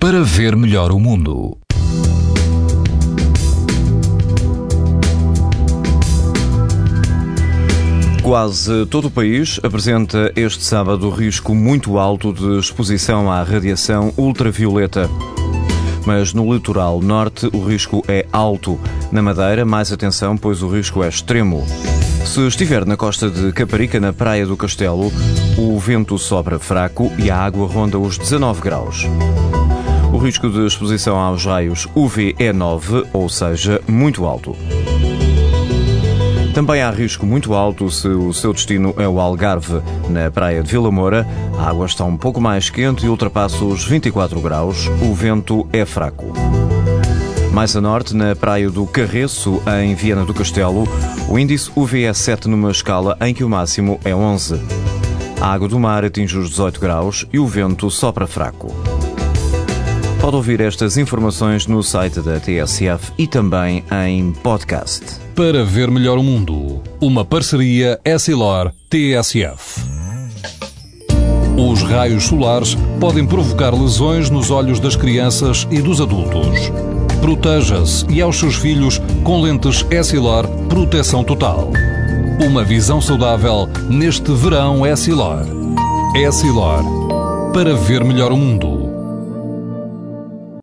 para ver melhor o mundo. Quase todo o país apresenta este sábado risco muito alto de exposição à radiação ultravioleta. Mas no litoral norte o risco é alto. Na Madeira, mais atenção, pois o risco é extremo. Se estiver na costa de Caparica, na Praia do Castelo, o vento sopra fraco e a água ronda os 19 graus. O risco de exposição aos raios UV é 9, ou seja, muito alto. Também há risco muito alto se o seu destino é o Algarve. Na praia de Vila Moura, a água está um pouco mais quente e ultrapassa os 24 graus. O vento é fraco. Mais a norte, na praia do Carreço, em Viana do Castelo, o índice UV é 7 numa escala em que o máximo é 11. A água do mar atinge os 18 graus e o vento sopra fraco. Pode ouvir estas informações no site da TSF e também em podcast. Para ver melhor o mundo, uma parceria Essilor-TSF. Os raios solares podem provocar lesões nos olhos das crianças e dos adultos. Proteja-se e aos seus filhos com lentes Essilor Proteção Total. Uma visão saudável neste verão Essilor. Essilor, para ver melhor o mundo.